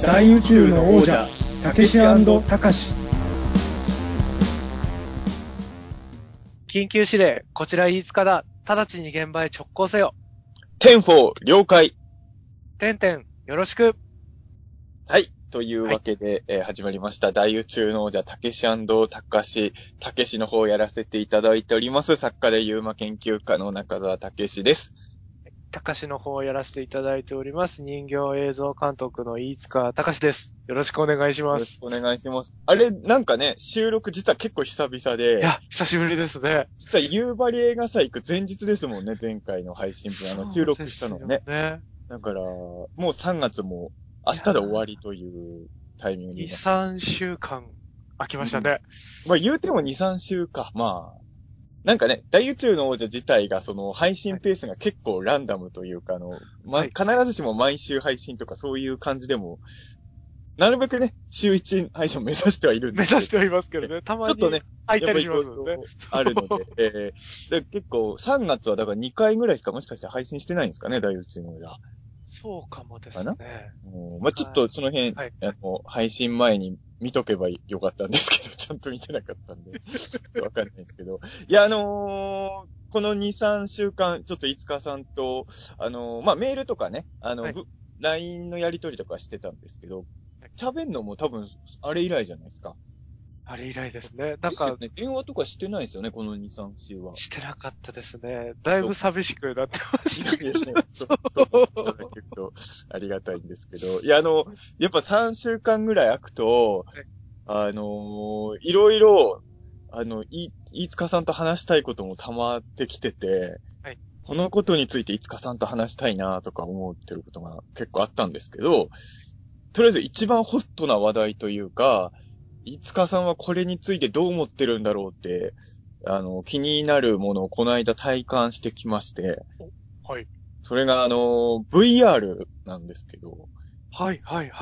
大宇宙の王者たけしたかし。 緊急指令、こちら飯塚だ。直ちに現場へ直行せよ。 テンフォー了解。 てんてん、よろしく。 はい。というわけで、始まりました。大宇宙の王者たけしたかし。たけしの方をやらせていただいております。作家でユーマ研究家の中澤たけしです。 たかしの方をやらせていただいております。人形映像監督の飯塚たかしです。よろしくお願いします。 よろしくお願いします。あれ、なんかね、収録実は結構久々で。 いや、久しぶりですね。 実は夕張映画祭行く前日ですもんね、前回の配信分。収録したのね。だから、もう3月も明日で終わりというタイミングに。 2、3週間空きましたね。 まあ言うても2、3週か。まあ。なんかね、大宇宙の王者自体がその配信ペースが結構ランダムというか必ずしも毎週配信とかそういう感じでも、なるべくね、週1配信を目指してはいるんですけど。 目指してはいますけどね。たまに。ちょっとね、 空いたりしますよね。あるので、で結構3月はだから2回ぐらいしかもしかして配信してないんですかね、大宇宙の王者。 そうかもですね。 まあ、ちょっとその辺、配信前に見とけばよかったんですけど、ちゃんと見てなかったんで、ちょっとわかんないですけど。いや、この2、3週間、ちょっといつかさんと、まあ、メールとかね、LINE のやりとりとかしてたんですけど、喋んのも多分、あれ以来じゃないですか。 あれ以来ですね。なんか、 ね、電話とかしてないですよね、この2、3週は。 してなかったですね。だいぶ寂しくなってましたけど。 そう。いただけるとありがたいんですけど。いや、やっぱ3週間ぐらい空くと、いろいろ、飯塚さんと話したいことも溜まってきてて、はい、このことについて飯塚さんと話したいなとか思ってることが結構あったんですけど、とりあえず一番ホットな話題というか、飯塚さんはこれについてどう思ってるんだろうって、気になるものをこの間体感してきまして、 はい。 それがVR なんですけど。 はい。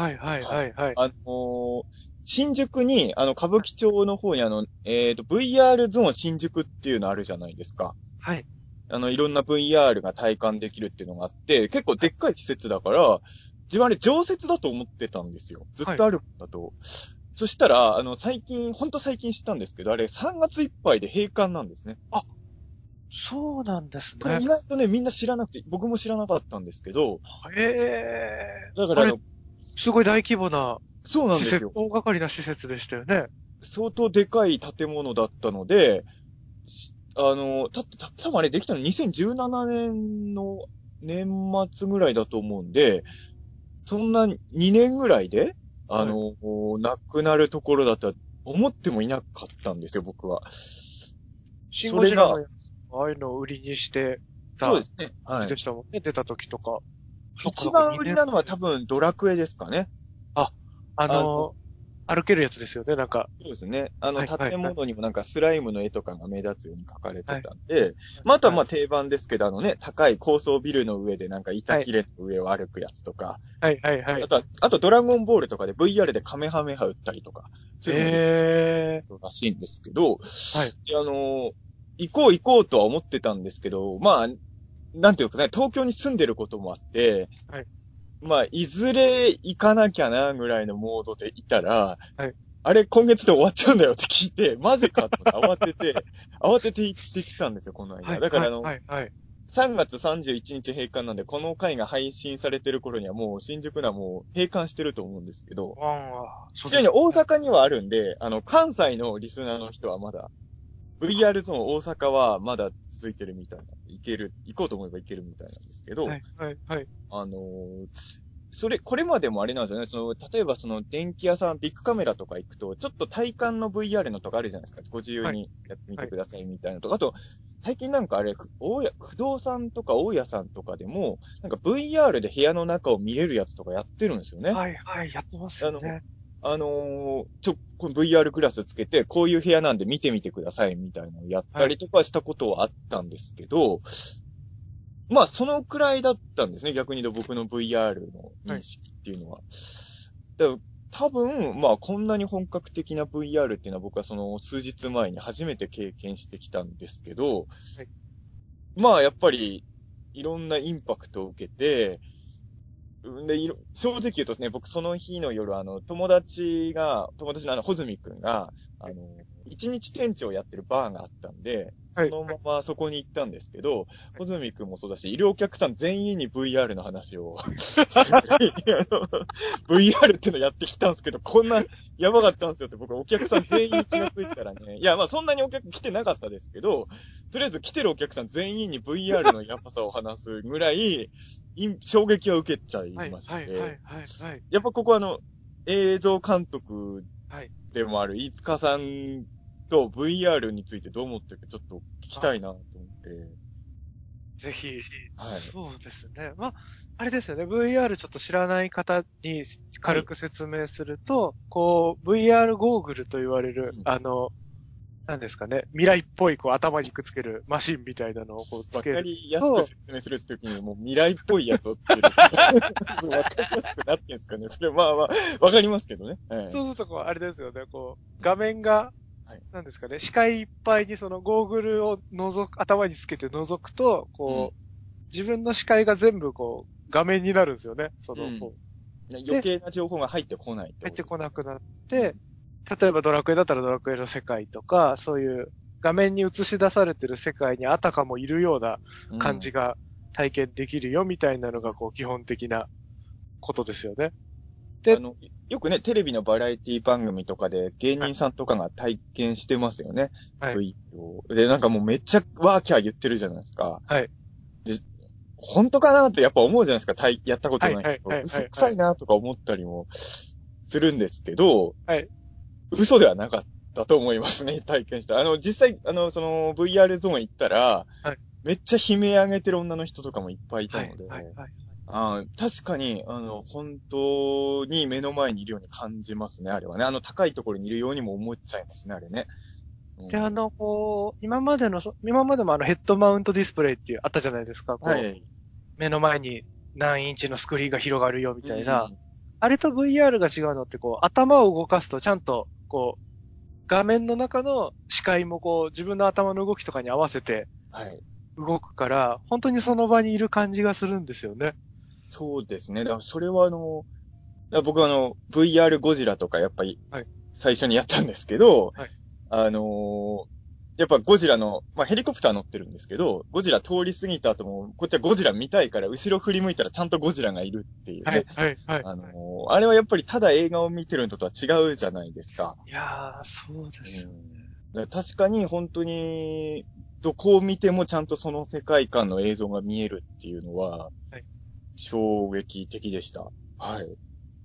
新宿に、歌舞伎町の方にVR ゾーン新宿っていうのあるじゃないですか。 はい。 いろんな VR が体感できるっていうのがあって、結構でっかい施設だから、自分あれ常設だと思ってたんですよ。ずっとあるんだと。そしたら、ほんと最近知ったんですけど、あれ3月いっぱいで閉館なんですね。 あ、そうなんですね。 これ意外とね、みんな知らなくて、僕も知らなかったんですけど。 だからすごい大規模な、 そうなんですよ。 大掛かりな施設でしたよね。 相当でかい建物だったので、多分あれできたの2017年の年末ぐらいだと思うんで、そんな2年ぐらいで、なくなるところだとは思ってもいなかったんですよ、僕は。 シンゴジラのああいうのを売りにしてた。 そうですね。 はい。でしたもんね、出た時とか。 一番売りなのは多分ドラクエですかね。 歩けるやつですよね、なんか。 そうですね。建物にもなんかスライムの絵とかが目立つように描かれてたんで、あとは定番ですけど、高い高層ビルの上でなんか板切れの上を歩くやつとか。あとドラゴンボールとかで VR でカメハメハ打ったりとか。そういうのらしいんですけど、行こうとは思ってたんですけど、まあ、なんていうかね、東京に住んでることもあって、まあ、いずれ行かなきゃな、ぐらいのモードでいたら、あれ、今月で終わっちゃうんだよって聞いて、マジかと慌てて行ってきたんですよ、この間。だから3月31日閉館なんで、この回が配信されてる頃にはもう新宿はもう閉館してると思うんですけど、ちなみに大阪にはあるんで、関西のリスナーの人はまだ、VR ゾーン大阪はまだ続いてるみたいな。行こうと思えば行けるみたいなんですけど、これまでもあれなんですよね。例えば電気屋さん、ビッグカメラとか行くと、ちょっと体感の VR のとかあるじゃないですか。ご自由にやってみてくださいみたいなとか。あと、最近なんかあれ、不動産とか大家さんとかでも、なんか VR で部屋の中を見れるやつとかやってるんですよね。 やってますよね。 この VR グラスつけて、こういう部屋なんで見てみてくださいみたいなのをやったりとかしたことはあったんですけど、まあ、そのくらいだったんですね。逆に言うと僕の VR の認識っていうのは。多分、まあ、こんなに本格的な VR っていうのは僕は数日前に初めて経験してきたんですけど、まあ、やっぱり、いろんなインパクトを受けて、 で、正直言うとですね、僕その日の夜、友達の穂積くんが、一日店長やってるバーがあったんで、そのままそこに行ったんですけど、穂積くんもそうだし、いるお客さん全員に VR の話をVR ってのやってきたんですけど、こんなやばかったんですよって僕お客さん全員に気がついたらね、いや、まあそんなにお客来てなかったですけど、とりあえず来てるお客さん全員に VR のやばさを話すぐらい、衝撃を受けちゃいまして、やっぱここ映像監督でもある飯塚さんと VR についてどう思ってるかちょっと聞きたいなと思って。 ぜひ、 はい。 そうですね。まあ、あれですよね。VR ちょっと知らない方に軽く説明すると、こう、VR ゴーグルと言われる、なんですかね、未来っぽい、こう、頭にくっつけるマシンみたいなのをこうつける。 わかりやすく説明するときに、もう未来っぽいやつをつける。わかりやすくなってんですかね。それまあまあ、わかりますけどね。はい、 そうすると、こう、あれですよね、こう、画面が、なんですかね、視界いっぱいにそのゴーグルを頭につけて覗くと、こう、自分の視界が全部こう、画面になるんですよね。 余計な情報が入ってこない。 入ってこなくなって、例えばドラクエだったらドラクエの世界とか、そういう画面に映し出されてる世界にあたかもいるような感じが体験できるよみたいなのがこう基本的なことですよね。 で、よくね、テレビのバラエティ番組とかで芸人さんとかが体験してますよね。 はい。 で、なんかもうめっちゃワーキャー言ってるじゃないですか。 はい。 で、本当かなってやっぱ思うじゃないですか。やったことない人。嘘くさいなとか思ったりもするんですけど、 はい。 嘘ではなかったと思いますね、体験した。実際、その VR ゾーン行ったら、 はい、 めっちゃ悲鳴上げてる女の人とかもいっぱいいたので、 はい。はい。 確かに、本当に目の前にいるように感じますね、あれはね。高いところにいるようにも思っちゃいますね、あれね。 で、こう、今までもヘッドマウントディスプレイっていうあったじゃないですか。こう、はい、目の前に何インチのスクリーンが広がるよみたいな。あれと VR が違うのって、こう、頭を動かすとちゃんと、こう、画面の中の視界もこう、自分の頭の動きとかに合わせて、動くから、本当にその場にいる感じがするんですよね。 そうですね。だからそれは僕はVR ゴジラとかやっぱり、最初にやったんですけど、はい、やっぱゴジラの、まあ、ヘリコプター乗ってるんですけど、ゴジラ通り過ぎた後も、こっちはゴジラ見たいから、後ろ振り向いたらちゃんとゴジラがいるっていうね。あれはやっぱりただ映画を見てるのとは違うじゃないですか。 いやー、そうですよね。 確かに本当に、どこを見てもちゃんとその世界観の映像が見えるっていうのは、衝撃的でした。はい。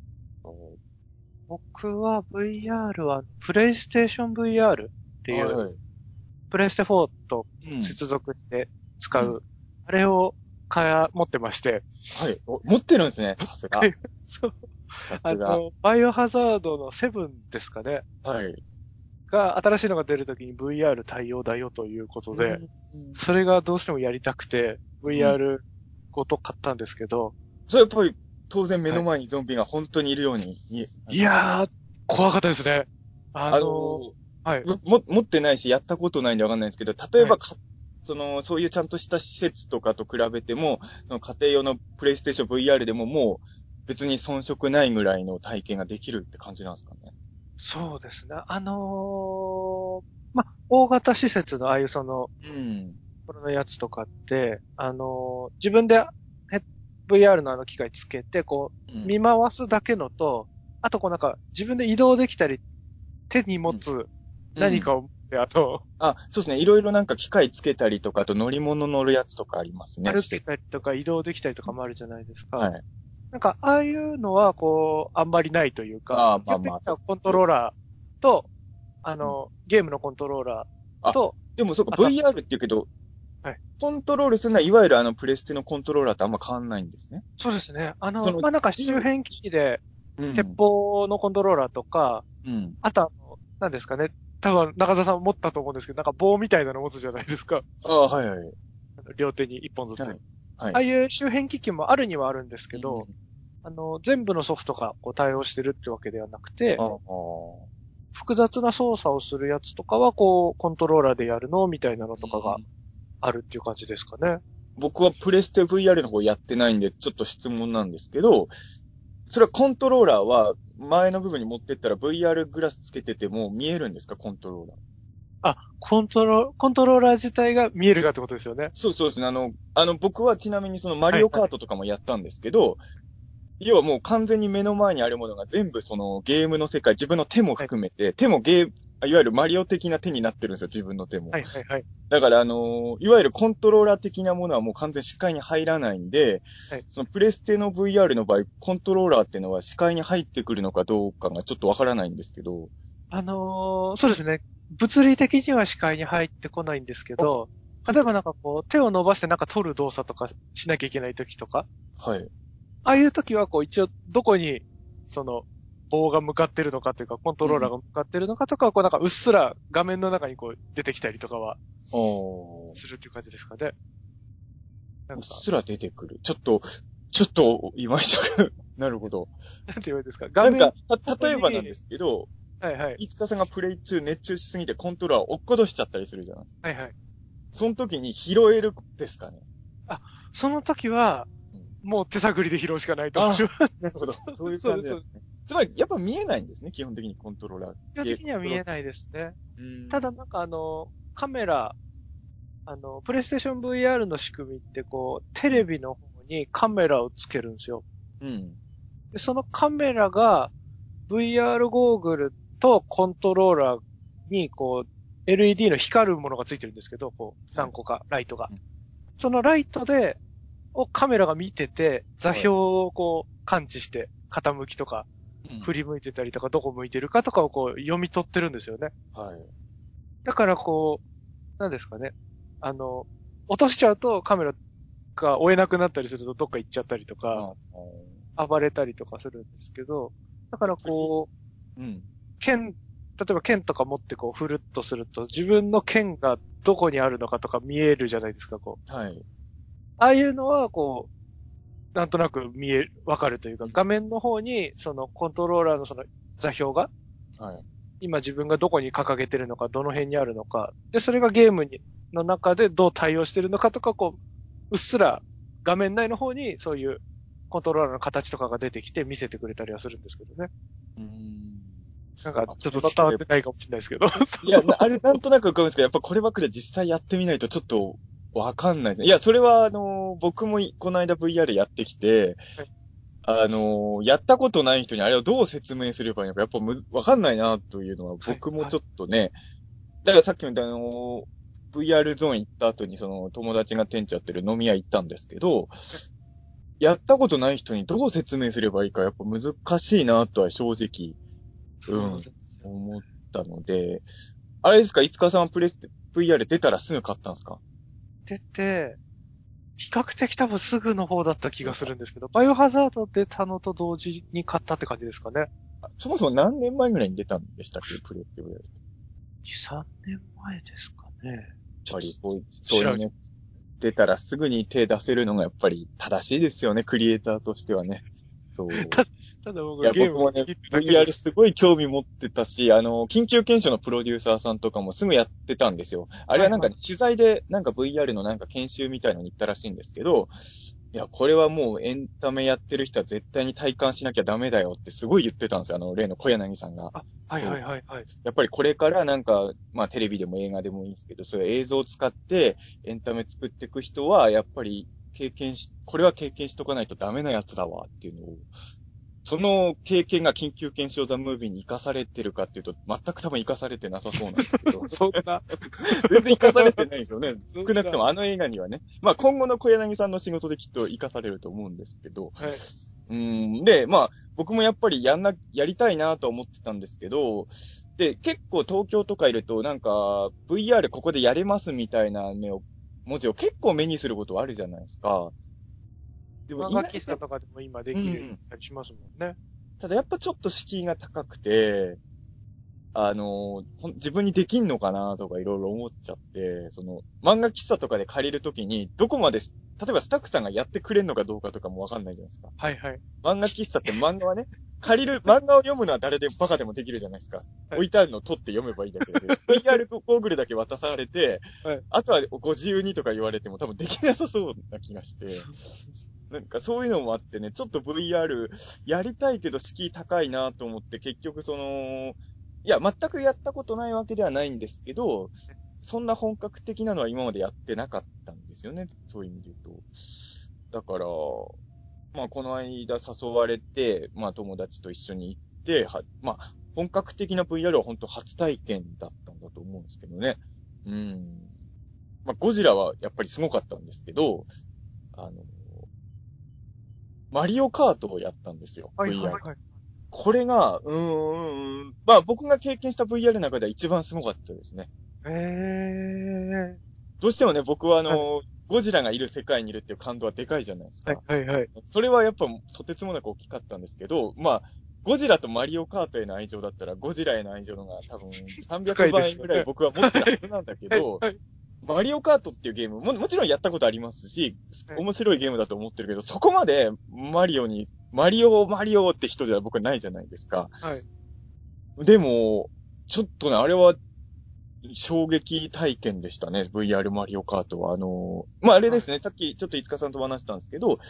僕は VR は、プレイステーション VR っていう、プレイステ4と接続して使う、あれを持ってまして。 はい。持ってるんですね。さすが。 そう。バイオハザードの7ですかね。 はい。 が、新しいのが出るときに VR 対応だよということで、それがどうしてもやりたくて、VR ごと買ったんですけど。 それやっぱり、当然目の前にゾンビが本当にいるように見え、 いやー、怖かったですね。はい。 持ってないし、やったことないんでわかんないんですけど、例えば、そういうちゃんとした施設とかと比べても、その家庭用のプレイステーション VR でももう、別に遜色ないぐらいの体験ができるって感じなんですかね。 そうですね。大型施設のああいうこれのやつとかって、自分でVR の機械つけて、こう、見回すだけのと、あと自分で移動できたり、手に持つ何かを持って、 そうですね。いろいろなんか機械つけたりとか、あと乗り物乗るやつとかありますね。 歩けたりとか移動できたりとかもあるじゃないですか。 はい。 ああいうのは、こう、あんまりないというか、コントローラーと、ゲームのコントローラーと、 でもそうか、VR って言うけど、コントロールするのは、いわゆるプレステのコントローラーとあんま変わんないんですね。 そうですね。周辺機器で、鉄砲のコントローラーとか、あと何ですかね。多分、中澤さん持ったと思うんですけど、棒みたいなの持つじゃないですか。 はいはい。 両手に一本ずつ。はい。ああいう周辺機器もあるにはあるんですけど、全部のソフトがこう対応してるってわけではなくて、複雑な操作をするやつとかは、こう、コントローラーでやるのみたいなのとかがあるっていう感じですかね。 僕はプレステ VR の方やってないんで、ちょっと質問なんですけど、それはコントローラーは前の部分に持ってったら VR グラスつけてても見えるんですか、コントローラー。 あ、コントローラー自体が見えるかってことですよね。 そうですね。僕はちなみにそのマリオカートとかもやったんですけど、 はいはい、 要はもう完全に目の前にあるものが全部そのゲームの世界、自分の手も含めて、手もいわゆるマリオ的な手になってるんですよ、自分の手も。 はいはいはい。 だからいわゆるコントローラー的なものはもう完全に視界に入らないんで、 はい、 そのプレステの VR の場合、コントローラーっていうのは視界に入ってくるのかどうかがちょっとわからないんですけど。 そうですね。物理的には視界に入ってこないんですけど、例えばなんかこう、手を伸ばしてなんか取る動作とかしなきゃいけない時とか、 はい。 ああいう時はこう一応どこに、その、棒が向かってるのかというか、コントローラーが向かってるのかとかは、こうなんかうっすら画面の中にこう出てきたりとかは、するっていう感じですかね。 うっすら出てくる。ちょっと、いました。なるほど。 なんて言うんですか、画面。 なんか、例えばなんですけど、 はいはい。 いつかさんがプレイ中熱中しすぎてコントローラーを落っことしちゃったりするじゃない。 はいはい。 その時に拾えるですかね。 あ、その時は、もう手探りで拾うしかないと思います。 なるほど。そういうそうです、 感じですね。つまり、やっぱ見えないんですね、基本的にコントローラー。 基本的には見えないですね。ただなんかカメラ、プレイステーション VR の仕組みってこう、テレビの方にカメラをつけるんですよ。 うん。 でそのカメラが VR ゴーグルとコントローラーにこう、LED の光るものがついてるんですけど、こう、何個かライトが。そのライトをカメラが見てて、座標をこう、感知して、傾きとか、振り向いてたりとか、どこ向いてるかとかをこう、読み取ってるんですよね。 はい。 だからこう、なんですかね。落としちゃうとカメラが追えなくなったりするとどっか行っちゃったりとか、暴れたりとかするんですけど、だからこう、例えば剣とか持ってこう振るっとすると自分の剣がどこにあるのかとか見えるじゃないですか、こう。 はい。 ああいうのはこう、なんとなくわかるというか、画面の方にそのコントローラーのその座標が、 はい。 今自分がどこに掲げてるのか、どの辺にあるのか、で、それがゲームの中でどう対応してるのかとか、こう、うっすら画面内の方にそういうコントローラーの形とかが出てきて見せてくれたりはするんですけどね。なんか、ちょっと伝わってないかもしれないですけど。 いや、あれなんとなくわかるんですけど、やっぱこればっかりは実際やってみないとちょっとわかんないですね。いや、それは僕もこの間 VR やってきて、やったことない人にあれをどう説明すればいいのか、やっぱわかんないなというのは僕もちょっとね、だからさっきのVR ゾーン行った後にその友達が店長やってる飲み屋行ったんですけど、やったことない人にどう説明すればいいかやっぱ難しいなとは正直、思ったので、あれですか、いつかさんはプレステ VR 出たらすぐ買ったんですか？ 出て、比較的多分すぐの方だった気がするんですけど、バイオハザード出たのと同時に買ったって感じですかね。 そもそも何年前ぐらいに出たんでしたっけ、プレステ VR。 2、3年前ですかね。 やっぱりそういうね、出たらすぐに手出せるのがやっぱり正しいですよね、クリエイターとしてはね。そう。 ただ僕ゲームもね、VR すごい興味持ってたし、緊急検証のプロデューサーさんとかもすぐやってたんですよ。あれはなんか、ね、取材でなんか VR のなんか研修みたいのに行ったらしいんですけど、いや、これはもうエンタメやってる人は絶対に体感しなきゃダメだよってすごい言ってたんですよ。例の小柳さんが。 はいはいはいはい。 やっぱりこれからなんか、まあテレビでも映画でもいいんですけど、そういう映像を使ってエンタメ作っていく人は、やっぱりこれは経験しとかないとダメなやつだわっていうのを、その経験が緊急検証ザムービーに活かされてるかっていうと、全く多分活かされてなさそうなんですけど。 そんな。 全然活かされてないですよね。少なくともあの映画にはね。まあ今後の小柳さんの仕事できっと活かされると思うんですけど。 はい。 で、まあ僕もやっぱりやりたいなと思ってたんですけど、で、結構東京とかいるとなんか VR ここでやれますみたいな文字を結構目にすることあるじゃないですか。 でも漫画喫茶とかでも今できるたりしますもんね。 ただやっぱちょっと敷居が高くて、自分にできんのかなとかいろいろ思っちゃって、漫画喫茶とかで借りるときに、どこまで、例えばスタッフさんがやってくれんのかどうかとかもわかんないじゃないですか。 はいはい。 漫画喫茶って漫画はね、 漫画を読むのは誰でもバカでもできるじゃないですか。置いてあるのを取って読めばいいだけで。VR ゴーグルだけ渡されて、あとはご自由にとか言われても多分できなさそうな気がして。なんかそういうのもあってね、ちょっと VR やりたいけど敷居高いなと思って、結局いや、全くやったことないわけではないんですけど、そんな本格的なのは今までやってなかったんですよね。そういう意味で言うと。だから、まあこの間誘われて、まあ友達と一緒に行って、まあ本格的な VR は本当初体験だったんだと思うんですけどね。まあゴジラはやっぱりすごかったんですけど、マリオカートをやったんですよ。 はい VR。 はいはい。 これが、まあ僕が経験した VR の中では一番すごかったですね。どうしてもね、僕はゴジラがいる世界にいるっていう感動はでかいじゃないですか。 はいはい。 それはやっぱとてつもなく大きかったんですけど、まあ、ゴジラとマリオカートへの愛情だったら、ゴジラへの愛情のが多分300倍ぐらい僕は持ってるはずなんだけど、マリオカートっていうゲームもちろんやったことありますし、面白いゲームだと思ってるけど、そこまでマリオって人じゃ僕はないじゃないですか。 はい。 でも、ちょっとね、あれは衝撃体験でしたね、VR マリオカートは。まあ、あれですね、さっきちょっといつかさんと話したんですけど、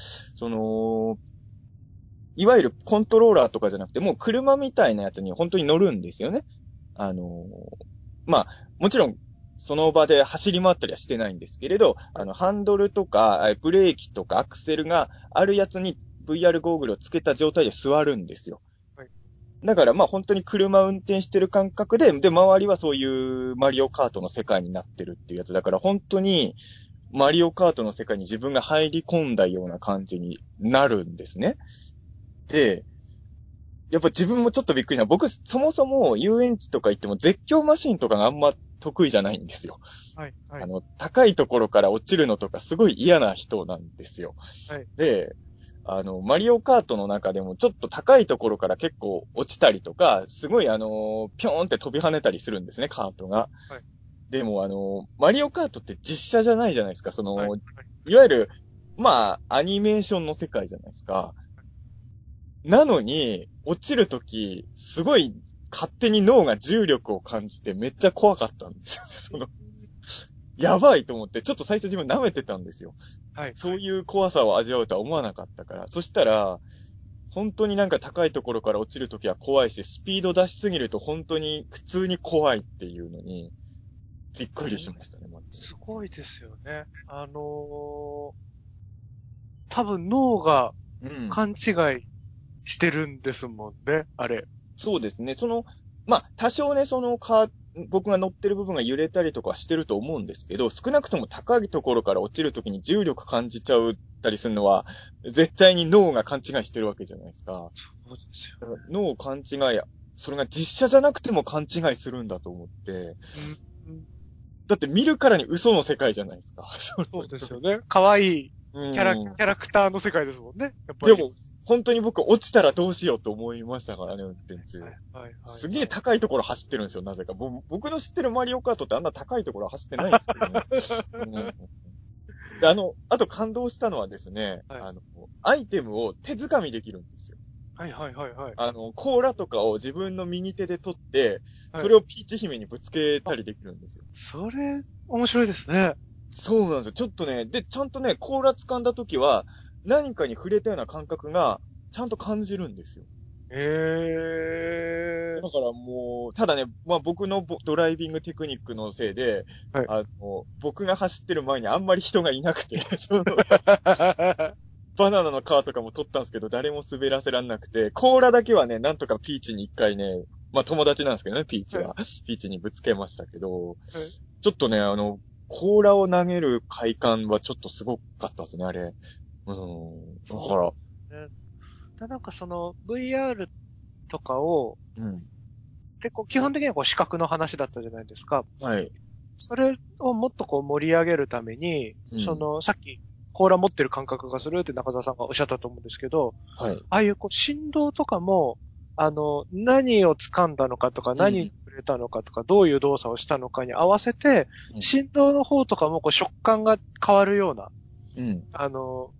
いわゆるコントローラーとかじゃなくて、もう車みたいなやつに本当に乗るんですよね。まあ、もちろん、その場で走り回ったりはしてないんですけれど、ハンドルとか、ブレーキとかアクセルがあるやつに VR ゴーグルをつけた状態で座るんですよ。 はい。 だからまあ本当に車運転してる感覚で、周りはそういうマリオカートの世界になってるっていうやつだから本当にマリオカートの世界に自分が入り込んだような感じになるんですね。で、やっぱ自分もちょっとびっくりな。僕、そもそも遊園地とか行っても絶叫マシンとかがあんま得意じゃないんですよ。 はい。はい。 高いところから落ちるのとかすごい嫌な人なんですよ。 はい。 で、マリオカートの中でもちょっと高いところから結構落ちたりとか、すごいぴょーんって飛び跳ねたりするんですね、カートが。 はい。 でもマリオカートって実写じゃないじゃないですか。 はい。 いわゆる、まあ、アニメーションの世界じゃないですか。なのに、落ちるとき、すごい勝手に脳が重力を感じてめっちゃ怖かったんですよ。やばいと思って、ちょっと最初自分舐めてたんですよ。 はい。 そういう怖さを味わうとは思わなかったから。そしたら、本当になんか高いところから落ちるときは怖いし、スピード出しすぎると本当に普通に怖いっていうのに、びっくりしましたね、まず。 すごいですよね。多分脳がうん。 勘違いしてるんですもんね、あれ。 そうですね。まあ、多少ね、僕が乗ってる部分が揺れたりとかしてると思うんですけど、少なくとも高いところから落ちるときに重力感じちゃうたりするのは、絶対に脳が勘違いしてるわけじゃないですか。 そうですよ。 だから脳勘違い、それが実写じゃなくても勘違いするんだと思って、 うん。 だって見るからに嘘の世界じゃないですか。 そうですよね。可愛いキうん。 ャラクターの世界ですもんね、やっぱり。 でも、本当に僕落ちたらどうしようと思いましたからね、運転中。 はい、はい、はい。 すげえ高いところ走ってるんですよ、なぜか。僕の知ってるマリオカートってあんな高いところ走ってないんですけどね。であと感動したのはですね、 はい、 アイテムを手掴みできるんですよ。 はい、はい、はい、はい。 甲羅とかを自分の右手で取って、 はい。 それをピーチ姫にぶつけたあ、 りできるんですよ。 それ、面白いですね。 そうなんですよ。ちょっとね、で、ちゃんとね、甲羅掴んだ時は、何かに触れたような感覚が、ちゃんと感じるんですよ。 ええだからもう、ただね、まあ僕のドライビングテクニックのせいで、 ー。はい。 僕が走ってる前にあんまり人がいなくて、バナナの皮とかも取ったんですけど、誰も滑らせらんなくて、甲羅だけはね、なんとかピーチに一回ね、まあ友達なんですけどね、ピーチはい。 は。ピーチにぶつけましたけど、 はい。 ちょっとね、甲羅を投げる快感はちょっとすごかったですね、あれ。だそうから、 ね。なんかその VR とかを、 うん。 結構基本的にはこう視覚の話だったじゃないですか。 はい。 それをもっとこう盛り上げるために、 うん。 さっき甲羅持ってる感覚がするって中澤さんがおっしゃったと思うんですけど、 はい。 ああいうこう振動とかも、何を掴んだのかとか、 うん。 何に触れたのかとか、どういう動作をしたのかに合わせて、 うん。 振動の方とかもこう食感が変わるような、 うん。 あの、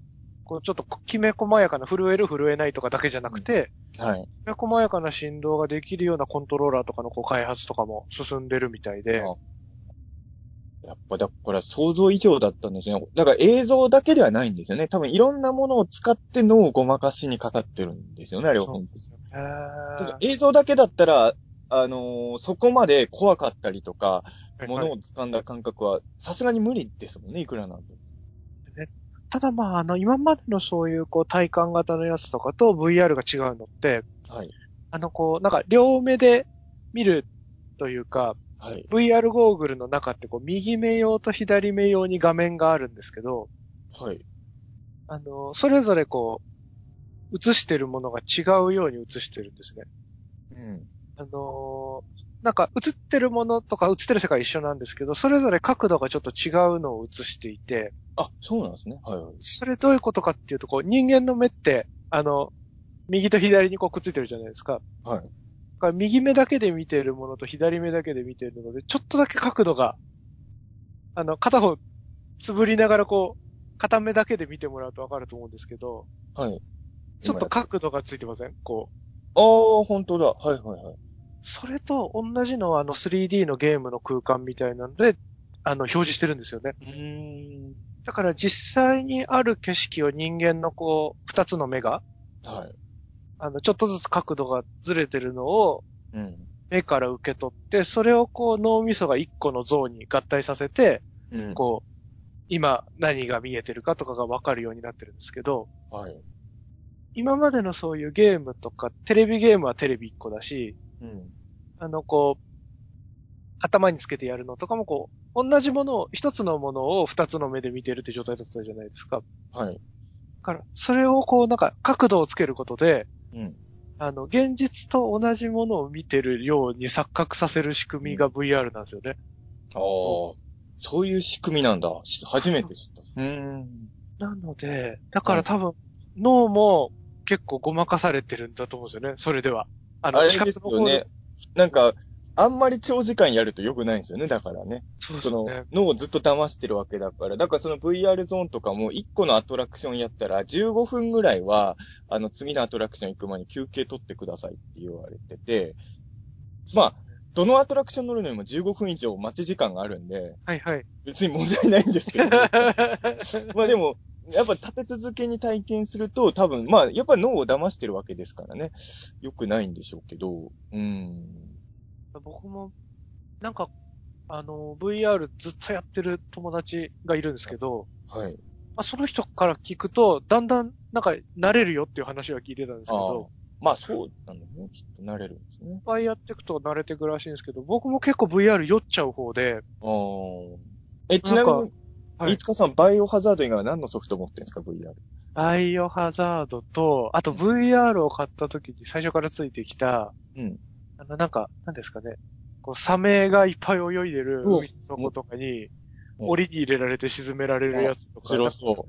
こうちょっときめ細やかな震える震えないとかだけじゃなくて、 はい。 きめ細やかな振動ができるようなコントローラーとかのこう開発とかも進んでるみたいで。 やっぱだから想像以上だったんですね。だから映像だけではないんですよね。多分いろんなものを使って脳をごまかしにかかってるんですよね、あれは本当に。ただ映像だけだったら、そこまで怖かったりとか、物を掴んだ感覚はさすがに無理ですもんね、いくらなんでも。 ただまあ、今までのそういうこう体感型のやつとかと VR が違うのって、 はい。 こう、なんか両目で見るというか、 はい。 VR ゴーグルの中ってこう右目用と左目用に画面があるんですけど、 はい。 それぞれこう、映してるものが違うように映してるんですね。 うん。 なんか映ってるものとか映ってる世界一緒なんですけど、それぞれ角度がちょっと違うのを映していて、 あ、そうなんですね。はいはい。 それどういうことかっていうと、こう人間の目って、右と左にこうくっついてるじゃないですか。 はい。 だから右目だけで見てるものと左目だけで見てるので、ちょっとだけ角度が、片方つぶりながらこう、片目だけで見てもらうとわかると思うんですけど、 はい。 ちょっと角度がついてませんこう。 ああ、本当だ。はいはいはい。 それと同じのは3D のゲームの空間みたいなので、表示してるんですよね。だから実際にある景色を人間のこう、二つの目が、 はい。 ちょっとずつ角度がずれてるのを、 うん。 目から受け取って、それをこう脳みそが一個の像に合体させて、 うん。 こう、今何が見えてるかとかがわかるようになってるんですけど、 はい。 今までのそういうゲームとか、テレビゲームはテレビ一個だし、 うん。 こう、頭につけてやるのとかもこう、同じものを、一つのものを二つの目で見てるって状態だったじゃないですか。 はい。 だから、それをこう、なんか角度をつけることで、 うん。 現実と同じものを見てるように錯覚させる仕組みが VR なんですよね。 ああ、そういう仕組みなんだ。初めて知った。 なので、だから多分、脳も結構ごまかされてるんだと思うんですよね、それでは。 あれですよね。なんか、あんまり長時間やると良くないんですよね、だからね。 そうですね。 脳をずっと騙してるわけだから。だからその VR ゾーンとかも1個のアトラクションやったら15分ぐらいは、次のアトラクション行く前に休憩取ってくださいって言われてて、まあ、どのアトラクション乗るのにも15分以上待ち時間があるんで、 はいはい。 別に問題ないんですけど、まあでも、やっぱ立て続けに体験すると多分、まあやっぱり脳を騙してるわけですからね。良くないんでしょうけど、 僕も、なんか、VR ずっとやってる友達がいるんですけど、 はい。 まあ、その人から聞くと、だんだん、なんか、慣れるよっていう話は聞いてたんですけど、 まあそうなんですね。きっと慣れるんですね。 いっぱいやっていくと慣れていくらしいんですけど、僕も結構 VR 酔っちゃう方で、 ちなみに、 はい。 飯塚さん、バイオハザード以外は何のソフト持ってるんですか、VR？ バイオハザードと、あと VR を買った時に最初からついてきた、 うん。 なんか、なんですかね。こう、サメがいっぱい泳いでる海の底とかに、檻に入れられて沈められるやつとか、 面白そう。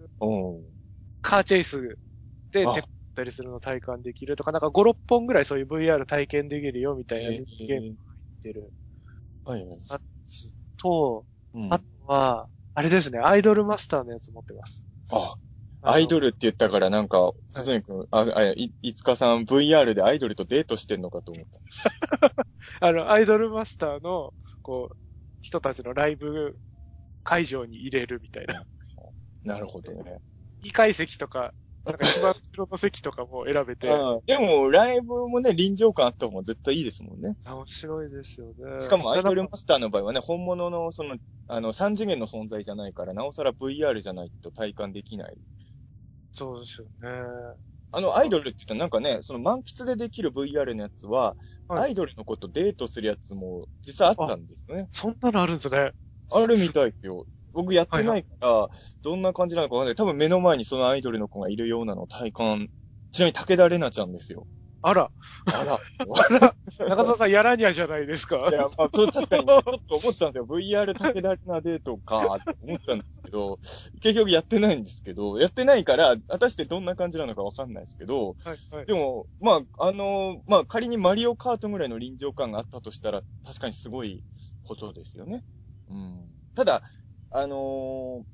カーチェイスで手ったりするのを体感できるとか、なんか5、6本ぐらいそういう VR 体験できるよみたいなゲームが入ってるはいはい。 やつと、あとは、あれですね、アイドルマスターのやつ持ってます。 アイドルって言ったからなんか、鈴木くん、いつかさん VR でアイドルとデートしてんのかと思った。 アイドルマスターの、こう、人たちのライブ会場に入れるみたいな。 なるほどね。 2階席とか、なんか一番後ろの席とかも選べて。 でも、ライブもね、臨場感あった方が絶対いいですもんね。 面白いですよね。 しかもアイドルマスターの場合はね、本物の3次元の存在じゃないから、なおさら VR じゃないと体感できない。 そうですよね。 アイドルって言ったらなんかね、その満喫でできる VR のやつは、アイドルのことデートするやつも実際あったんですよね。 そんなのあるんですね。 あるみたいですよ。僕やってないから、どんな感じなのかわかんない。多分目の前にそのアイドルの子がいるようなのを体感。ちなみに武田玲奈ちゃんですよ。 あら。 あら。 中澤さんやらにゃじゃないですか。 いや、まあ、確かに、ちょっと思ったんですよ。VR 武田玲奈デートかって思ったんですけど、結局やってないんですけど、やってないから、果たしてどんな感じなのかわかんないですけど、でも、まあ、仮にマリオカートぐらいの臨場感があったとしたら、確かにすごいことですよね。ただ、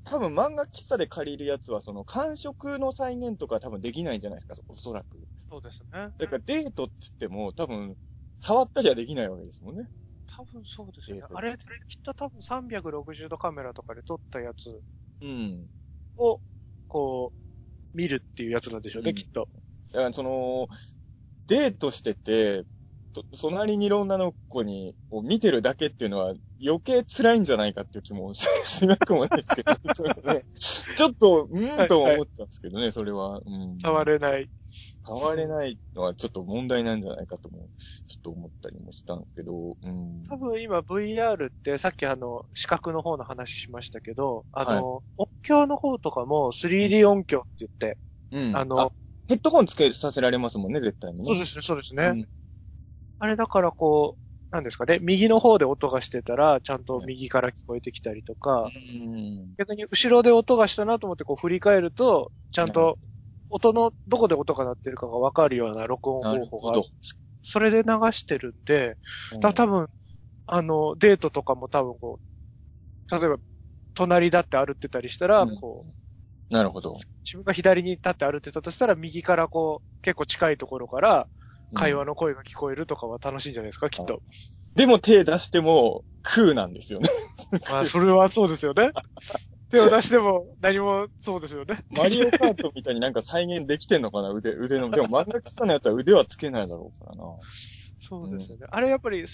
多分漫画喫茶で借りるやつは、その感触の再現とか多分できないんじゃないですか、おそらく。 そうですね。 だからデートって言っても、多分、触ったりはできないわけですもんね。 多分そうですね。あれ、きっと多分360度カメラとかで撮ったやつを、こう、見るっていうやつなんでしょうね、きっと。 だからその、デートしてて、隣にいる女の子に、を見てるだけっていうのは余計辛いんじゃないかっていう気もしなくもないですけど、それね、ちょっと、とは思ったんですけどね、それは。 触れない。 触れないのはちょっと問題なんじゃないかとも、ちょっと思ったりもしたんですけど、 多分今 VR ってさっき視覚の方の話しましたけど、音響の方とかも 3D 音響って言って、 ヘッドホンつけさせられますもんね、絶対にね。 そうですね、そうですね。あれだからこう、なんですかね、右の方で音がしてたら、ちゃんと右から聞こえてきたりとか、逆に後ろで音がしたなと思ってこう振り返ると、ちゃんとどこで音が鳴ってるかがわかるような録音方法がある。それで流してるんで、多分、デートとかも多分こう、例えば、隣だって歩ってたりしたら、こう。なるほど。 自分が左に立って歩ってたとしたら、右からこう、結構近いところから、会話の声が聞こえるとかは楽しいんじゃないですか、きっと。 でも手出しても、空なんですよね。 まあ、それはそうですよね。手を出しても何もそうですよね。 マリオカートみたいになんか再現できてんのかな、腕の。でも漫画喫茶のやつは腕はつけないだろうからな。 そうですよね。あれやっぱり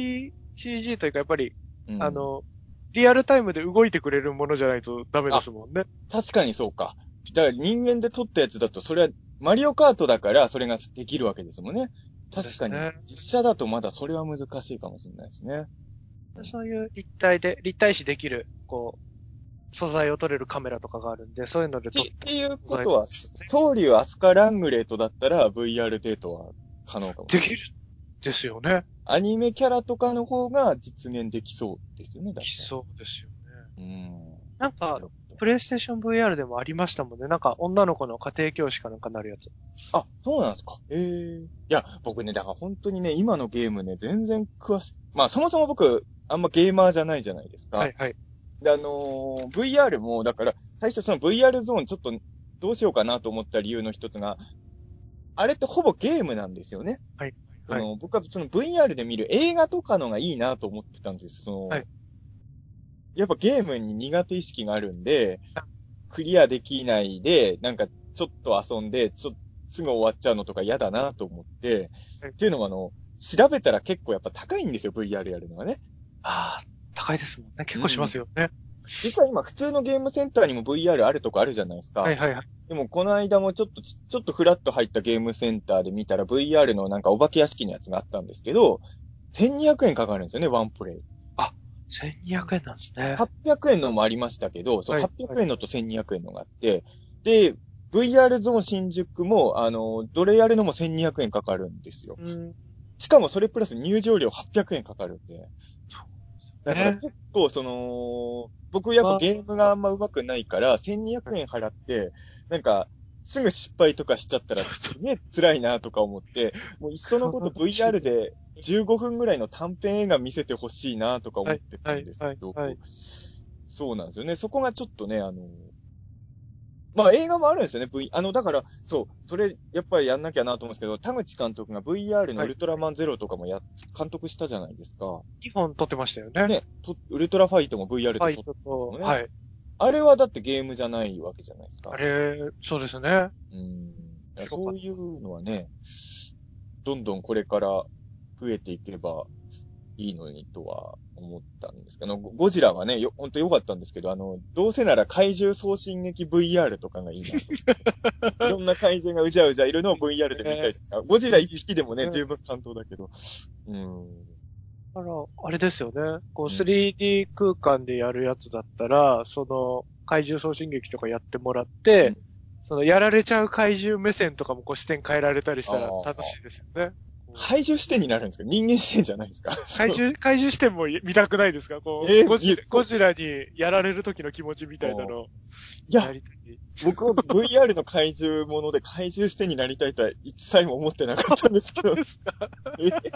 3DCG というかやっぱり、リアルタイムで動いてくれるものじゃないとダメですもんね。 確かにそうか。だから人間で撮ったやつだと、それはマリオカートだからそれができるわけですもんね。確かに。実写だとまだそれは難しいかもしれないですね。 そういう立体視できる、こう、素材を撮れるカメラとかがあるんで、そういうので撮って。 っていうことは、ソウリュウアスカラングレートだったら VR デートは可能かもしれない。 できるですよね。 アニメキャラとかの方が実現できそうですよね。 できそうですよね。 なんか、プレイステーション VR でもありましたもんね。なんか、女の子の家庭教師かなんかなるやつ。 あ、そうなんですか。いや、僕ね、だから本当にね、今のゲームね、全然詳しい。まあ、そもそも僕、あんまゲーマーじゃないじゃないですか。 はいはい。 で、VR も、だから、最初その VR ゾーンちょっとどうしようかなと思った理由の一つが、あれってほぼゲームなんですよね。 はい。 僕はその VR で見る映画とかのがいいなと思ってたんです。やっぱゲームに苦手意識があるんで、クリアできないで、なんかちょっと遊んで、すぐ終わっちゃうのとか嫌だなと思って、っていうのも調べたら結構やっぱ高いんですよ、VR やるのはね。 ああ、高いですもんね。結構しますよね。 実は今普通のゲームセンターにも VR あるとこあるじゃないですか。 はいはいはい。 でもこの間もちょっとフラッと入ったゲームセンターで見たら VR のなんかお化け屋敷のやつがあったんですけど、1200円かかるんですよね、ワンプレイ。 あ、1200円なんですね。 800円のもありましたけど、そう、800円のと1200円のがあって、で、VR ゾーン新宿も、どれやるのも1200円かかるんですよ。しかもそれプラス入場料800円かかるんで。だから結構僕やっぱゲームがあんま上手くないから、1200円払って、なんか、すぐ失敗とかしちゃったら、すげえ辛いなとか思って、もういっそのこと VR で15分ぐらいの短編映画見せてほしいなとか思ってたんですけど、そうなんですよね。そこがちょっとね、まあ映画もあるんですよね、だから、そう、それ、やっぱりやんなきゃなと思うんですけど、田口監督が VR のウルトラマンゼロとかも監督したじゃないですか。 2本撮ってましたよね。 ね、ウルトラファイトも VR で撮ってたのね。はい。 あれはだってゲームじゃないわけじゃないですか。 あれ、そうですね。 そういうのはね、どんどんこれから増えていけばいいのにとは思ったんですけど、ゴジラはね、ほんと良かったんですけど、どうせなら怪獣送信劇 VR とかがいいなと。いろんな怪獣がうじゃうじゃいるのを VR で見たいじゃないですか。ゴジラ一匹でもね、十分感動だけど。 だから、あれですよね。こう 3D 空間でやるやつだったら、その怪獣送信劇とかやってもらって、そのやられちゃう怪獣目線とかもこう視点変えられたりしたら楽しいですよね。 怪獣視点になるんですか？人間視点じゃないですか？ 怪獣視点も見たくないですか？こう、ゴジラにやられる時の気持ちみたいなのをやりたい。 僕は VR の怪獣もので怪獣視点になりたいとは一切も思ってなかったんですけど。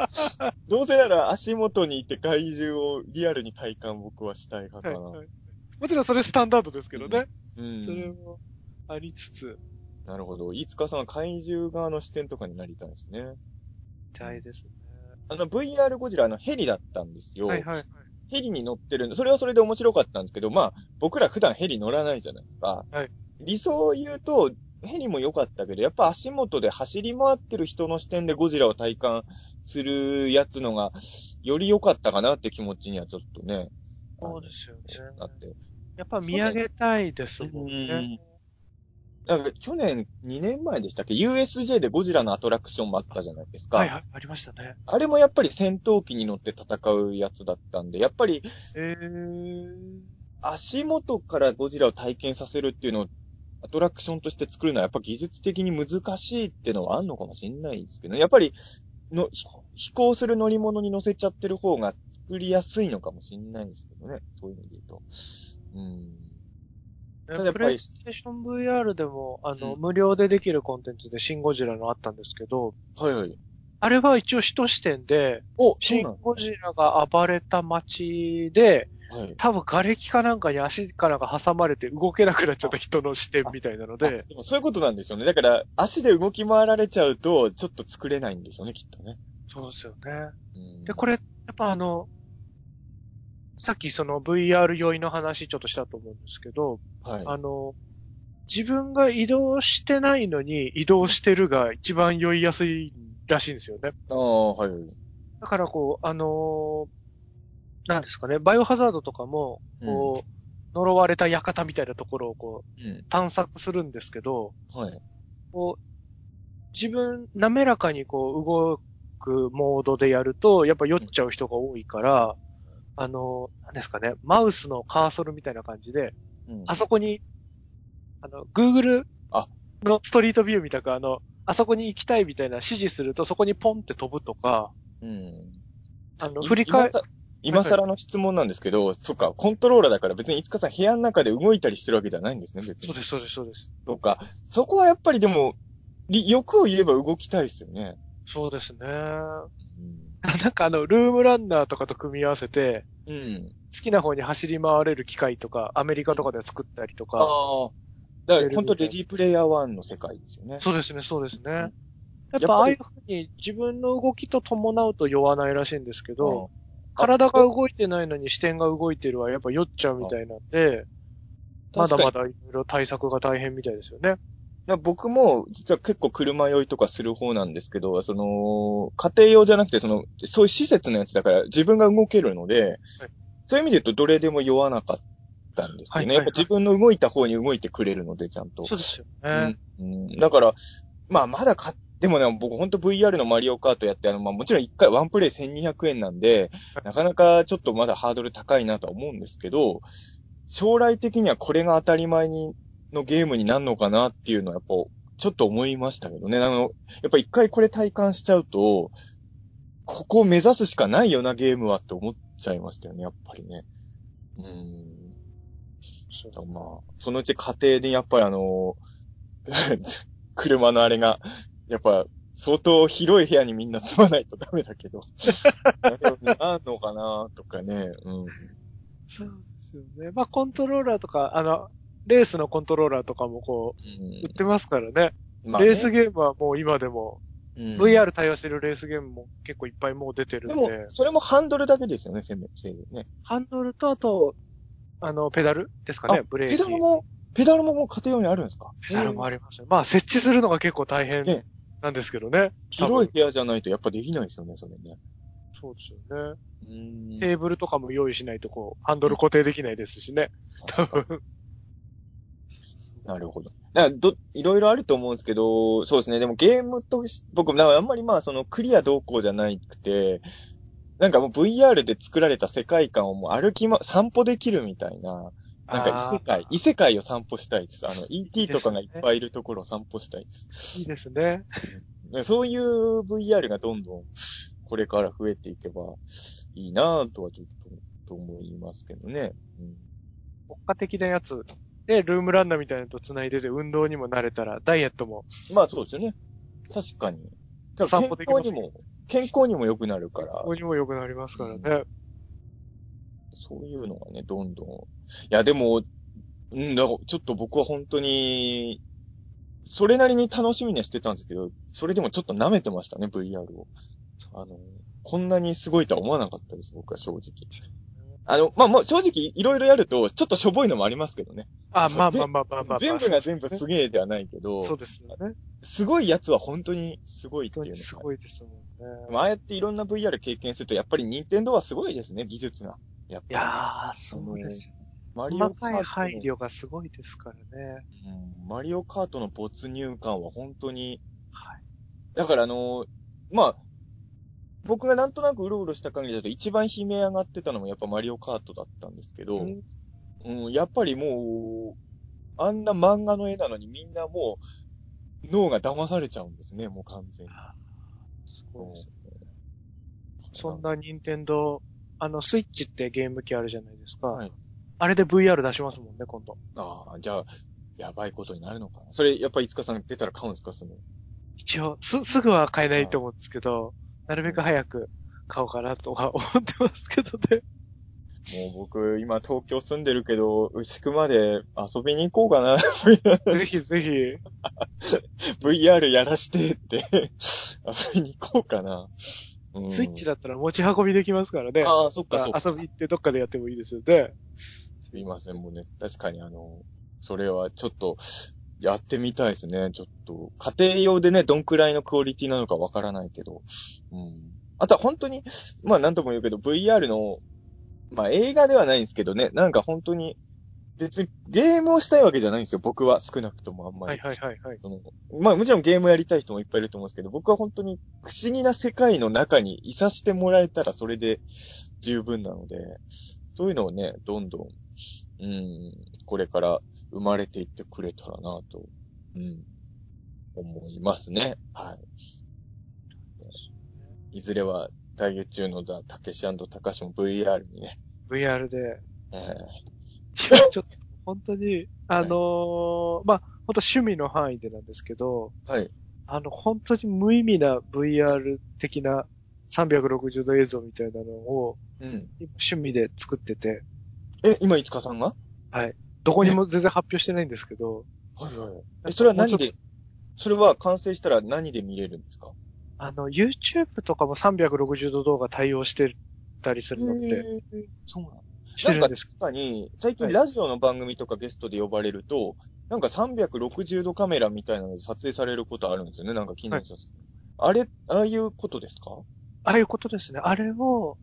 どうせなら足元にいて怪獣をリアルに体感僕はしたいかな。 もちろんそれスタンダードですけどね。 うん。 それもありつつ。 なるほど。飯塚さんは怪獣側の視点とかになりたいですね。 みたいですね。 VR ゴジラヘリだったんですよ。 はいはいはい。 ヘリに乗ってるそれはそれで面白かったんですけど、まあ、僕ら普段ヘリ乗らないじゃないですか。 はい。 理想を言うと、ヘリも良かったけど、やっぱ足元で走り回ってる人の視点でゴジラを体感するやつのが、より良かったかなって気持ちにはちょっとね。 そうですよね。 だって。 やっぱ見上げたいですもんね。 なんか去年、2年前でしたっけ ?USJ でゴジラのアトラクションもあったじゃないですか。 はいはい、ありましたね。 あれもやっぱり戦闘機に乗って戦うやつだったんで、やっぱり、足元からゴジラを体験させるっていうのをアトラクションとして作るのはやっぱ技術的に難しいっていうのはあるのかもしれないですけど、ね、やっぱり飛行する乗り物に乗せちゃってる方が作りやすいのかもしれないですけどね。そういう意味で言うと。ただやっぱり。 プレイステーション VR でも、無料でできるコンテンツでシンゴジラのあったんですけど、 はいはい。 あれは一応一視点で、シンゴジラが暴れた街で、はい、多分瓦礫かなんかに足かなんか挟まれて動けなくなっちゃった人の視点みたいなので。 でもそういうことなんですよね。だから、足で動き回られちゃうと、ちょっと作れないんでしょうね、きっとね。 そうですよね。で、これ、やっぱさっきその VR 酔いの話ちょっとしたと思うんですけど、はい、自分が移動してないのに移動してるが一番酔いやすいらしいんですよね。 ああ、はい。 だからこう、なんですかね、バイオハザードとかも、こう、呪われた館みたいなところをこう、探索するんですけど、はい。こう、自分、滑らかにこう、動くモードでやると、やっぱ酔っちゃう人が多いから、なんですかね、マウスのカーソルみたいな感じで、あそこに、Google のストリートビューみたくあそこに行きたいみたいな指示すると、そこにポンって飛ぶとか、振り返、 今更の質問なんですけど、そっか、コントローラーだから別にいつかさん部屋の中で動いたりしてるわけじゃないんですね、別に。 そうです、そうです、そうです。 そうか。そこはやっぱりでも、欲を言えば動きたいですよね。 そうですね。なんかルームランナーとかと組み合わせて、好きな方に走り回れる機械とか、アメリカとかで作ったりとか。 だから本当レディープレイヤー1の世界ですよね。 そうですね、そうですね。やっぱああいう風に自分の動きと伴うと酔わないらしいんですけど、体が動いてないのに視点が動いてるはやっぱ酔っちゃうみたいなんで、まだまだいろいろ対策が大変みたいですよね。 僕も実は結構車酔いとかする方なんですけど、家庭用じゃなくてそういう施設のやつだから自分が動けるので、はい、そういう意味で言うとどれでも酔わなかったんですよね。やっぱ自分の動いた方に動いてくれるので、ちゃんと。 そうですよね。 だから、まあまだでもね、僕ほんと VR のマリオカートやって、もちろん1回ワンプレイ1200円なんで、なかなかちょっとまだハードル高いなとは思うんですけど、将来的にはこれが当たり前のゲームになるのかなっていうのはやっぱ、ちょっと思いましたけどね。やっぱ一回これ体感しちゃうと、ここを目指すしかないよな、ゲームはって思っちゃいましたよね、やっぱりね。まあ、そのうち家庭でやっぱり車のあれが、やっぱ、相当広い部屋にみんな住まないとダメだけど。なんのかなとかね。 そうですよね。まあ、コントローラーとか、レースのコントローラーとかもこう、売ってますからね。まあね、レースゲームはもう今でも、VR 対応してるレースゲームも結構いっぱいもう出てるんで。 でも、それもハンドルだけですよね、せいぜいね。 ハンドルと、あと、ペダルですかね、ブレーキ。 ペダルももう家庭用にあるんですか？ ペダルもありますよ。まあ、設置するのが結構大変なんですけどね。 広い部屋じゃないとやっぱできないですよね、それね。 そうですよね。テーブルとかも用意しないとハンドル固定できないですしね。多分。 なるほど。だからいろいろあると思うんですけど、そうですね。でもゲームと僕、あんまりクリアどうこうじゃなくて、なんかもう VR で作られた世界観をもう散歩できるみたいな、なんか異世界を散歩したいです。ET とかがいっぱいいるところを散歩したいです。 いいですね。 そういう VR がどんどんこれから増えていけばいいなぁとはちょっと思いますけどね。 国家的なやつでルームランナーみたいなのと繋いでて運動にもなれたらダイエットも。 まあそうですよね。確かに。 散歩できます。 健康にも良くなるから。 健康にも良くなりますからね。 そういうのがね、どんどん。いや、でも、だからちょっと僕は本当に、それなりに楽しみにはしてたんですけど、それでもちょっと舐めてましたね、VR を。こんなにすごいとは思わなかったです、僕は正直。もう正直いろいろやると、ちょっとしょぼいのもありますけどね。 まあ。 全部が全部すげえではないけど、 そうですよね。 すごいやつは本当にすごいっていうのが。 すごいですもんね。 ああやっていろんな VR 経験すると、やっぱり任天堂はすごいですね、技術が。やっぱり。 いやー、そうですよね。 マリオカートの細かい配慮がすごいですからね。 マリオカートの没入感は本当に、 はい。 だからまあ、僕がなんとなくうろうろした限りだと一番悲鳴上がってたのもやっぱマリオカートだったんですけど、やっぱりもう、あんな漫画の絵なのにみんなもう脳が騙されちゃうんですね、もう完全に。 すごいですね。そんな任天堂、スイッチってゲーム機あるじゃないですか。 はい。 あれで VR 出しますもんね、今度。 ああ、じゃあ、やばいことになるのかな。それ、やっぱりいつかさん出たら買うんですか、 一応、すぐは買えないと思うんですけど、なるべく早く買おうかなとは思ってますけどね。 もう僕、今東京住んでるけど、牛久まで遊びに行こうかな。 ぜひぜひ。 VR やらしてって遊びに行こうかな。 スイッチだったら持ち運びできますからね。 ああ、そっかそっか。 遊び行ってどっかでやってもいいですよね。 すいません、もうね、確かにそれはちょっと、やってみたいですね。ちょっと、家庭用でね、どんくらいのクオリティなのかわからないけど。あとは本当に、まあなんとも言うけど、VR の、まあ映画ではないんですけどね、なんか本当に、別にゲームをしたいわけじゃないんですよ。僕は少なくともあんまり。 はい。 まあもちろんゲームやりたい人もいっぱいいると思うんですけど、僕は本当に不思議な世界の中にいさせてもらえたらそれで十分なので、そういうのをね、どんどん、これから生まれていってくれたらなと、思いますね。はい。いずれは、大宇宙のザ・たけしたかしも VR にね。 VR で。 えちょっと、本当に、本当趣味の範囲でなんですけど、 はい。 本当に無意味な VR 的な360度映像みたいなのを、今趣味で作ってて。 今、いつかさんがはい。どこにも全然発表してないんですけど。 はい。それは何で、それは完成したら何で見れるんですか YouTube とかも360度動画対応してたりするのって、 そうなのしてるんですか？ 確かに、最近ラジオの番組とかゲストで呼ばれると、なんか360度カメラみたいなので撮影されることあるんですよね。なんか記念撮影。ああいうことですか？ ああいうことですね。あれを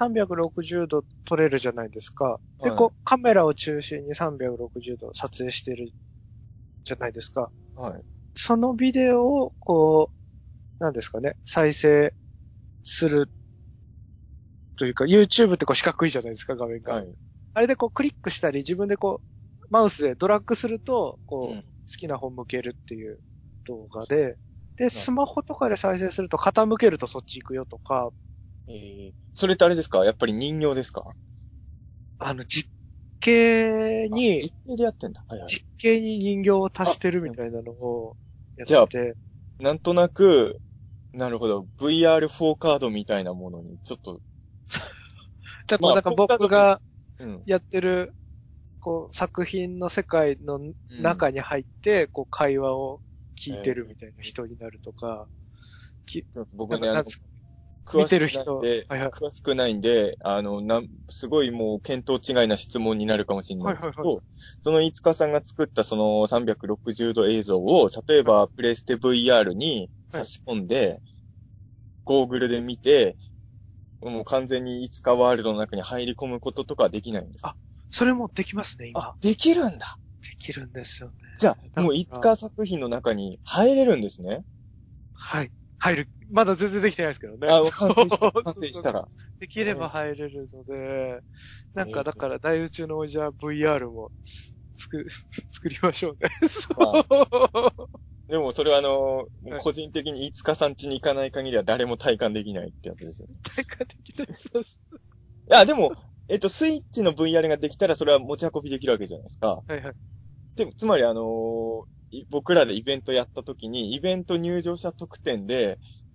360度撮れるじゃないですか。で、こう、カメラを中心に360度撮影してるじゃないですか。 はい。 そのビデオを、こう、なんですかね、再生するというか、YouTube ってこう四角いじゃないですか、画面が。 はい。 あれでこうクリックしたり、自分でこう、マウスでドラッグすると、こう、 うん好きな方向けるっていう動画で、で、スマホとかで再生すると傾けるとそっち行くよとか、 それってあれですか？やっぱり人形ですか？ 実景に、 実景でやってんだ。はいはい。 実景に人形を足してるみたいなのをやじゃあってて、 なんとなく、なるほど。VR4 カードみたいなものに、ちょっと、 なんか僕がうん。 やってる、こう、作品の世界の中に入って、こう、会話を聞いてるみたいな人になるとか、 僕ね、 なんですかね。見詳しくないんてる人、 で、 はいはい。 詳しくないんで、すごいもう見当違いな質問になるかもしれないですけど、そのいつかさんが作ったその360度映像を、例えばプレステ VR に差し込んで、ゴーグルで見て、もう完全にいつかワールドの中に入り込むこととかはできないんですか？ それもできますね、今。 できるんだ。 できるんですよね。 じゃあ、もういつか作品の中に入れるんですね。 はい。入る。まだ全然できてないですけどね。 完成したら。 できれば入れるので、なんかだから大宇宙のじゃあ VR も作りましょうね。 でもそれは個人的にいつかさん家に行かない限りは誰も体感できないってやつですよね。 体感できないそうです。 いや、でも、スイッチの VR ができたらそれは持ち運びできるわけじゃないですか。 はいはい。 でも、つまり僕らでイベントやった時に、イベント入場者特典で、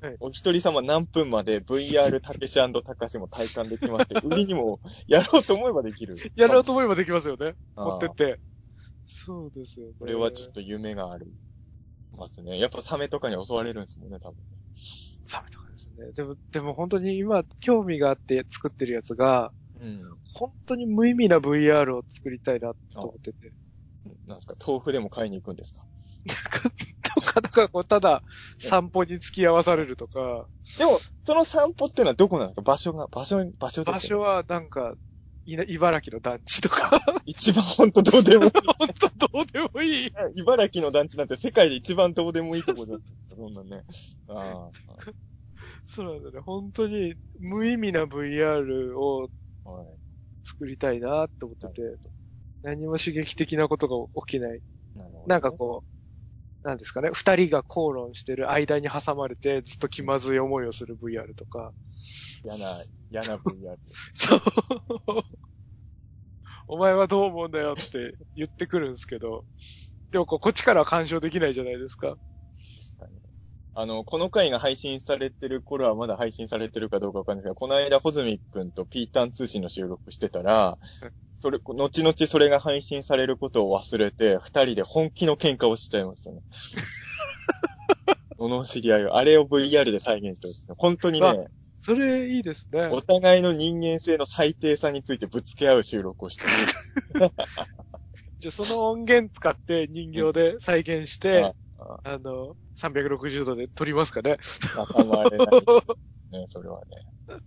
はい、 お一人様何分まで VR たけし&たかしも体感できますって、売りにもやろうと思えばできる。 やろうと思えばできますよね。持ってっあて。そうですよね。 これはちょっと夢がある。ますね。やっぱサメとかに襲われるんですもんね、多分。 サメとかですね。でも本当に今興味があって作ってるやつが、 うん。 本当に無意味な VR を作りたいなと思ってて。 なんですか、豆腐でも買いに行くんですか？ なんかこう、ただ散歩に付き合わされるとか。 でも、その散歩っていうのはどこなんですか？場所ですよね。 場所はなんか、茨城の団地とか。 一番ほんとどうでもいい。 本当どうでもいい。 茨城の団地なんて世界で一番どうでもいいとこじゃないですか、そんなね。ああ。 そうなんだね。本当に無意味な VR をはい。 作りたいなって思ってて、 なる何も刺激的なことが起きない。 ほど。なるほど、ね。 なんかこう、なんですかね。二人が口論してる間に挟まれてずっと気まずい思いをする VR とか。 嫌な VR。 そう。お前はどう思うんだよって言ってくるんですけど、でもこっちからは干渉できないじゃないですか。 確かに。この回が配信されてる頃はまだ配信されてるかどうかわかんないですが、この間、ホズミックンとピータン通信の収録してたら、後々それが配信されることを忘れて、二人で本気の喧嘩をしちゃいましたね。この知り合いを、あれを VR で再現してほしいですね。本当にあ、 ね、 それいいですね。 お互いの人間性の最低さについてぶつけ合う収録をしてる。 じゃあその音源使って人形で再現して、360度で撮りますかね。 仲間割れないですね、それはね。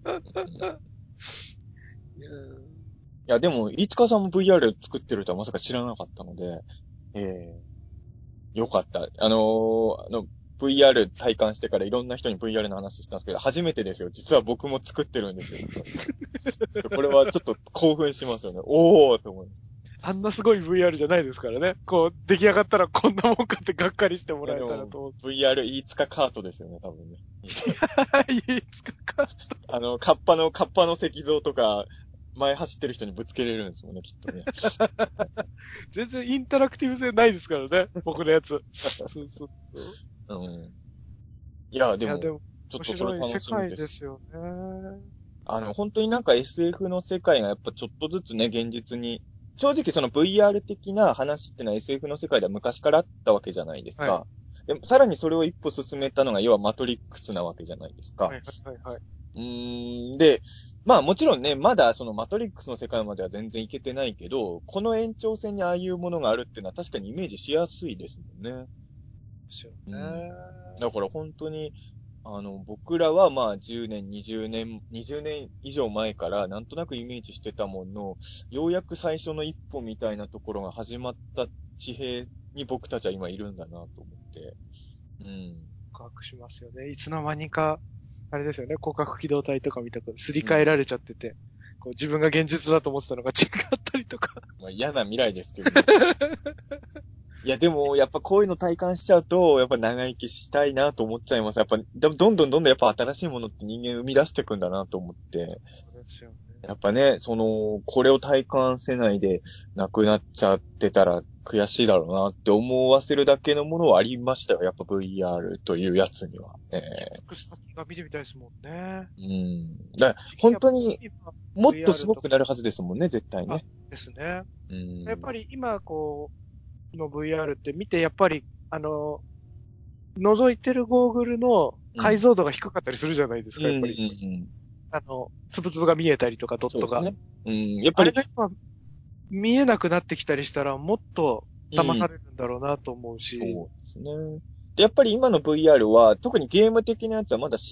いや、でも、飯塚さんも VR 作ってるとはまさか知らなかったので、ええよかった。VR 体感してからいろんな人に VR の話したんですけど、初めてですよ。実は僕も作ってるんですよ。ちょっとこれはちょっと興奮しますよね。おーと思います。 あんなすごい VR じゃないですからね。こう、出来上がったらこんなもんかってがっかりしてもいや、 らえでも、 たらと思う。 VR 飯塚カートですよね、多分ね。 いつかか。 カッパの石像とか、前走ってる人にぶつけれるんですもんね、きっとね。 全然インタラクティブ性ないですからね。僕のやつ。そうそうそう。 うん。いや、でいや、でも、 も、面ちょっとそれ白い世楽しみです。 界ですよね。 本当になんか SF の世界がやっぱちょっとずつね、現実に、正直その VR 的な話ってのは SF の世界では昔からあったわけじゃないですはい。 か。でも、さらにそれを一歩進めたのが、要はマトリックスなわけじゃないですか。 はいはいはいはい。 で、まあもちろんね、まだそのマトリックスの世界までは全然いけてないけど、この延長線にああいうものがあるっていうのは確かにイメージしやすいですもんね。 ですようん。 ね。 だから本当に、僕らはまあ10年、20年以上前からなんとなくイメージしてたもの、ようやく最初の一歩みたいなところが始まった地平に僕たちは今いるんだなと思って。うん。 告白しますよね。いつの間にか、あれですよね、広角機動隊とか見たくすりうん。 替えられちゃってて、こう自分が現実だと思ってたのが違ったりとか。 まあ嫌な未来ですけどね。いや、でも、やっぱこういうの体感しちゃうと、やっぱ長生きしたいなと思っちゃいます。やっぱ、どんどんやっぱ新しいものって人間生み出していくんだなと思って。 そうですよね。 やっぱね、これを体感せないで亡くなっちゃってたら悔しいだろうなって思わせるだけのものはありましたよ。やっぱ VR というやつには。 つく先が見てみたいですもんね。 だから本当に今、 もっとす VR とか、 ごくなるはずですもんね、絶対あ、 ね。 ですね。 うん。 やっぱり今、こう、の VR って見て、やっぱり、覗いてるゴーグルのうん。 解像度が低かったりするじゃないですか、やっうん。 ぱり。 うん。 つぶつぶが見えたりとか、ドットが。 そうですね。うん。やっぱり、 あれが今、見えなくなってきたりしたら、もっとうん。 騙されるんだろうなと思うし。 そうですね。で、やっぱり今の VR は、特にゲーム的なやつはまだ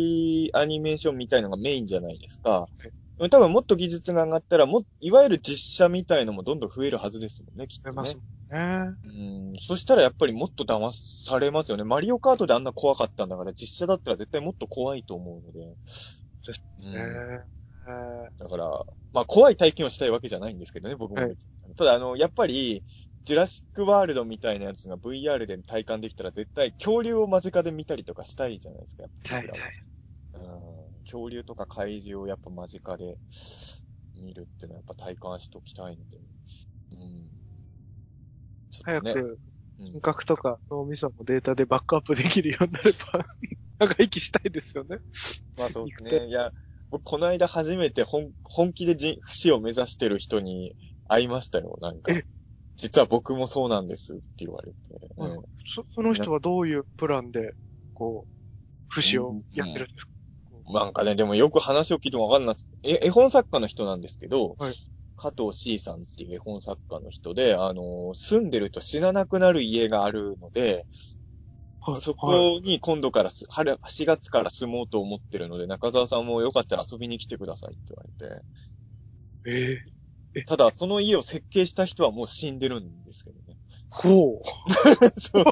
CG アニメーションみたいのがメインじゃないですか。多分もっと技術が上がったら、いわゆる実写みたいのもどんどん増えるはずですもんね、きっとね。 出ますもんね。 そしたらやっぱりもっと騙されますよね。マリオカートであんな怖かったんだから、実写だったら絶対もっと怖いと思うので。 ですうん。 ね。 だから、まあ怖い体験をしたいわけじゃないんですけどね、僕もはい。 別に。ただやっぱり、ジュラシックワールドみたいなやつが VR で体感できたら絶対恐竜を間近で見たりとかしたいじゃないですか、やっぱはい。 僕らは。恐竜とか怪獣をやっぱ間近で見るっていうのはやっぱ体感しときたいので。うん。ちょっとね。 早く、 うん。 感覚とか脳みそのデータでバックアップできるようになれば。 長生きしたいですよね。 まあそうですね。いや、僕この間初めて本気で死を目指してる人に会いましたよ、なんか。実は僕もそうなんですって言われて。 その人はどういうプランで、こう、不死をやってるんですか？ なんかね、でもよく話を聞いてもわかんないです。絵本作家の人なんですけど、 はい、 加藤 C さんっていう絵本作家の人で、住んでると死ななくなる家があるので、そこに今度から4月から住もうと思ってるので、中澤さんもよかったら遊びに来てくださいって言われて。ただ、その家を設計した人はもう死んでるんですけどね。 ほう。 そう。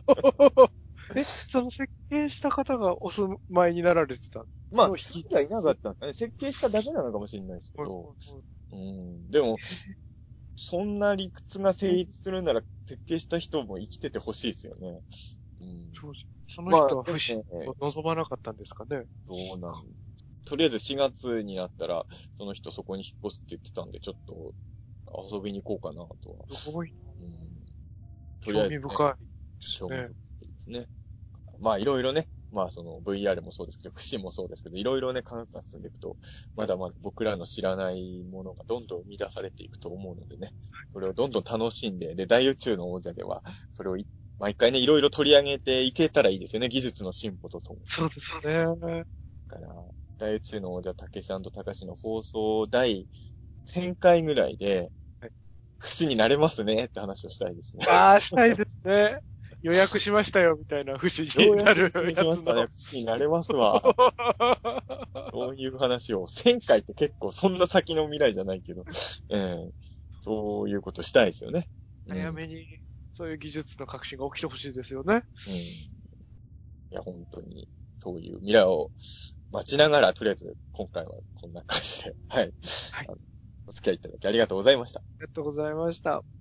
その設計した方がお住まいになられてた？ まあ、人がいなかったんですかね。設計しただけなのかもしれないですけど。でも、そんな理屈が成立するなら、設計した人も生きててほしいですよね。 その人は不死を望まなかったんですかね。 そうなんとりあえず4月になったら、その人そこに引っ越すって言ってたんで、ちょっと遊びに行こうかなとは。 すごい。 とりあえず、 興味深いですね。興味深いですね。まあいろいろね、まあその VR もそうですけど、不死もそうですけど、いろいろね、科学が進んでいくと、まだまだ僕らの知らないものがどんどん生み出されていくと思うのでね、それをどんどん楽しんで、で、大宇宙の王者では、それを毎回ね、いろいろ取り上げていけたらいいですよね、技術の進歩とともに。 そうですね。だから、大宇宙の王者、たけし&たかしの放送第1000回ぐらいで、不死になれますねって話をしたいですね。 したいですね。予約しましたよ、みたいな不思議になるやつの。 不死になれますわ。そういう話を、1000回って結構そんな先の未来じゃないけど、そういうことしたいですよね。 早めに、そういう技術の革新が起きてほしいですよね。 いや、本当に、そういう未来を待ちながら、とりあえず、今回はこんな感じで、はい。お付き合いいただきありがとうございました。 ありがとうございました。